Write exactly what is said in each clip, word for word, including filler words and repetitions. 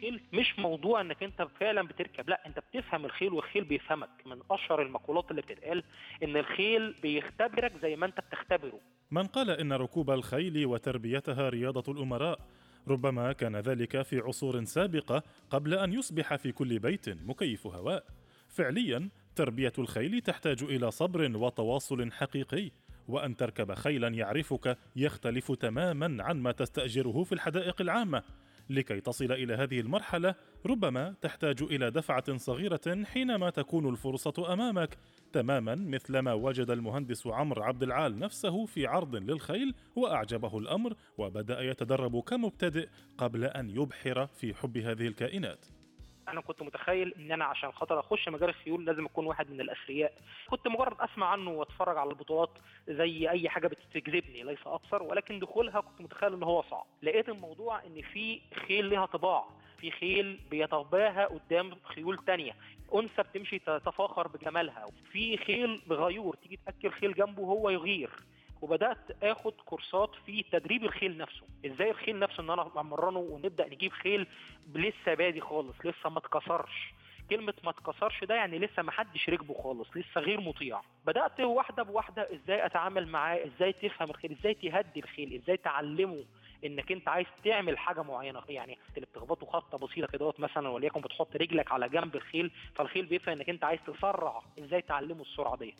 الخيل مش موضوع انك انت فعلا بتركب، لا انت بتفهم الخيل والخيل بيفهمك. من اشهر المقولات اللي بتتقال ان الخيل بيختبرك زي ما انت بتختبره. من قال إن ركوب الخيل وتربيتها رياضة الأمراء؟ ربما كان ذلك في عصور سابقة قبل أن يصبح في كل بيت مكيف هواء. فعليا تربية الخيل تحتاج إلى صبر وتواصل حقيقي، وأن تركب خيلا يعرفك يختلف تماما عن ما تستأجره في الحدائق العامة. لكي تصل إلى هذه المرحلة ربما تحتاج إلى دفعة صغيرة حينما تكون الفرصة أمامك، تماما مثل ما وجد المهندس عمرو عبد العال نفسه في عرض للخيل وأعجبه الأمر وبدأ يتدرب كمبتدئ قبل أن يبحر في حب هذه الكائنات. انا كنت متخيل ان انا عشان خاطر اخش مجال الخيول لازم اكون واحد من الاثرياء، كنت مجرد اسمع عنه واتفرج على البطولات زي اي حاجه بتجذبني ليس اكثر، ولكن دخولها كنت متخيل ان هو صعب. لقيت الموضوع ان في خيل لها طباع، في خيل بيتباهى قدام خيول تانية، انثى بتمشي تتفاخر بجمالها، في خيل بغيور تيجي تاكل خيل جنبه هو يغير. وبدات اخد كورسات في تدريب الخيل نفسه، ازاي الخيل نفسه ان انا امرنه، ونبدا نجيب خيل لسه بادي خالص لسه ما اتكسرش. كلمه ما اتكسرش ده يعني لسه ما حدش ركبه خالص، لسه غير مطيع. بدات واحده بواحده ازاي اتعامل معاه، ازاي تفهم الخيل، ازاي تهدي الخيل، ازاي تعلمه انك انت عايز تعمل حاجه معينه. يعني اللي بتخبطه خبطه بسيطه كده مثلا، وليكن بتحط رجلك على جنب الخيل فالخيل بيفهم انك انت عايز تسرع، ازاي تعلمه السرعه دي.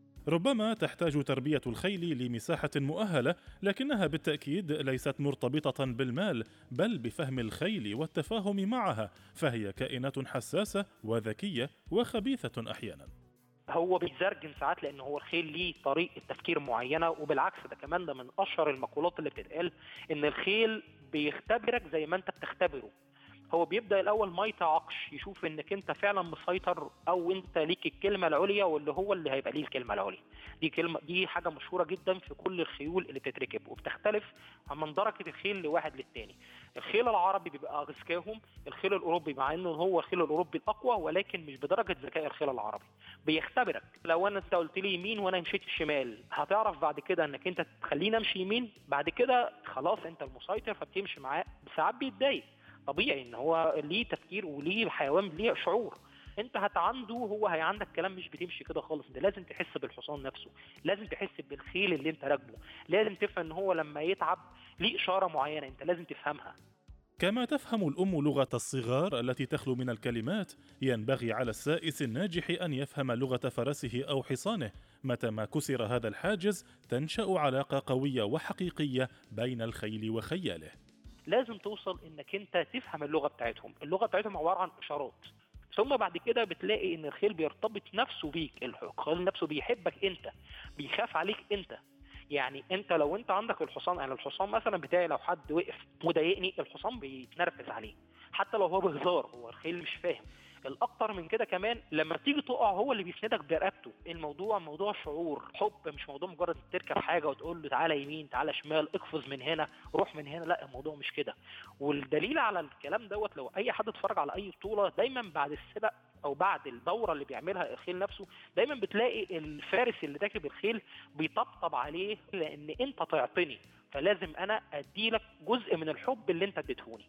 ربما تحتاج تربية الخيل لمساحة مؤهلة، لكنها بالتأكيد ليست مرتبطة بالمال، بل بفهم الخيل والتفاهم معها، فهي كائنات حساسة وذكية وخبيثة أحيانا. هو بيزرجن ساعات لأن هو الخيل ليه طريقة تفكير معينة، وبالعكس ده كمان ده من أشهر المقولات اللي بتتقال إن الخيل بيختبرك زي ما أنت بتختبره. هو بيبدأ الأول ما يتعقش، يشوف إنك أنت فعلا مسيطر أو أنت ليك الكلمة العليا واللي هو اللي هيبقى ليه الكلمة العليا. دي كلمة دي حاجة مشهورة جدا في كل الخيول اللي بتتركب، وبتختلف من درجة الخيل لواحد للتاني. الخيل العربي بيبقى أذكاهم، الخيل الأوروبي مع إنه هو الخيل الأوروبي الأقوى ولكن مش بدرجة ذكاء الخيل العربي. بيختبرك، لو أنا أنت قلت لي يمين وأنا مشيت الشمال هتعرف بعد كده إنك أنت تخليني أمشي يمين، بعد كده خلاص أنت المسيطر فبتمشي معاه. ساعات بيتضايق، طبيعي ان هو ليه تفكير وليه حيوان ليه شعور. انت هتعنده هو هي عندك كلام مش بتمشي كده خالص. انت لازم تحس بالحصان نفسه، لازم تحس بالخيل اللي انت راكبه، لازم تفهم ان هو لما يتعب ليه اشاره معينه انت لازم تفهمها. كما تفهم الأم لغة الصغار التي تخلو من الكلمات، ينبغي على السائس الناجح أن يفهم لغة فرسه أو حصانه. متى ما كسر هذا الحاجز تنشأ علاقة قوية وحقيقية بين الخيل وخياله. لازم توصل انك انت تفهم اللغه بتاعتهم. اللغه بتاعتهم عباره عن اشارات، ثم بعد كده بتلاقي ان الخيل بيرتبط نفسه بيك، الخيل نفسه بيحبك انت، بيخاف عليك انت. يعني انت لو انت عندك الحصان، انا يعني الحصان مثلا بتاعي لو حد وقف مضايقني الحصان بيتنرفز عليه حتى لو هو بهزار، هو الخيل مش فاهم. الاكتر من كده كمان لما تيجي تقع هو اللي بيسندك برقبته. الموضوع موضوع شعور حب، مش موضوع مجرد تركب حاجه وتقول له تعالى يمين تعالى شمال اقفز من هنا روح من هنا، لا الموضوع مش كده. والدليل على الكلام دوت لو اي حد اتفرج على اي بطوله دايما بعد السباق او بعد الدوره اللي بيعملها الخيل نفسه دايما بتلاقي الفارس اللي راكب الخيل بيطبطب عليه، لان انت طيعتني فلازم انا اديلك جزء من الحب اللي انت اديتهوني.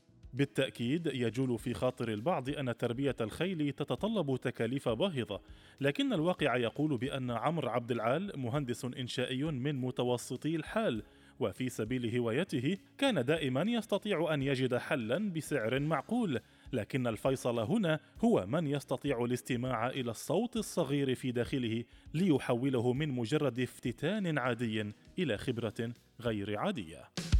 بالتأكيد يجول في خاطر البعض أن تربية الخيل تتطلب تكاليف باهظة، لكن الواقع يقول بأن عمرو عبد العال مهندس إنشائي من متوسطي الحال، وفي سبيل هوايته كان دائما يستطيع أن يجد حلا بسعر معقول. لكن الفيصل هنا هو من يستطيع الاستماع إلى الصوت الصغير في داخله ليحوله من مجرد افتتان عادي إلى خبرة غير عادية.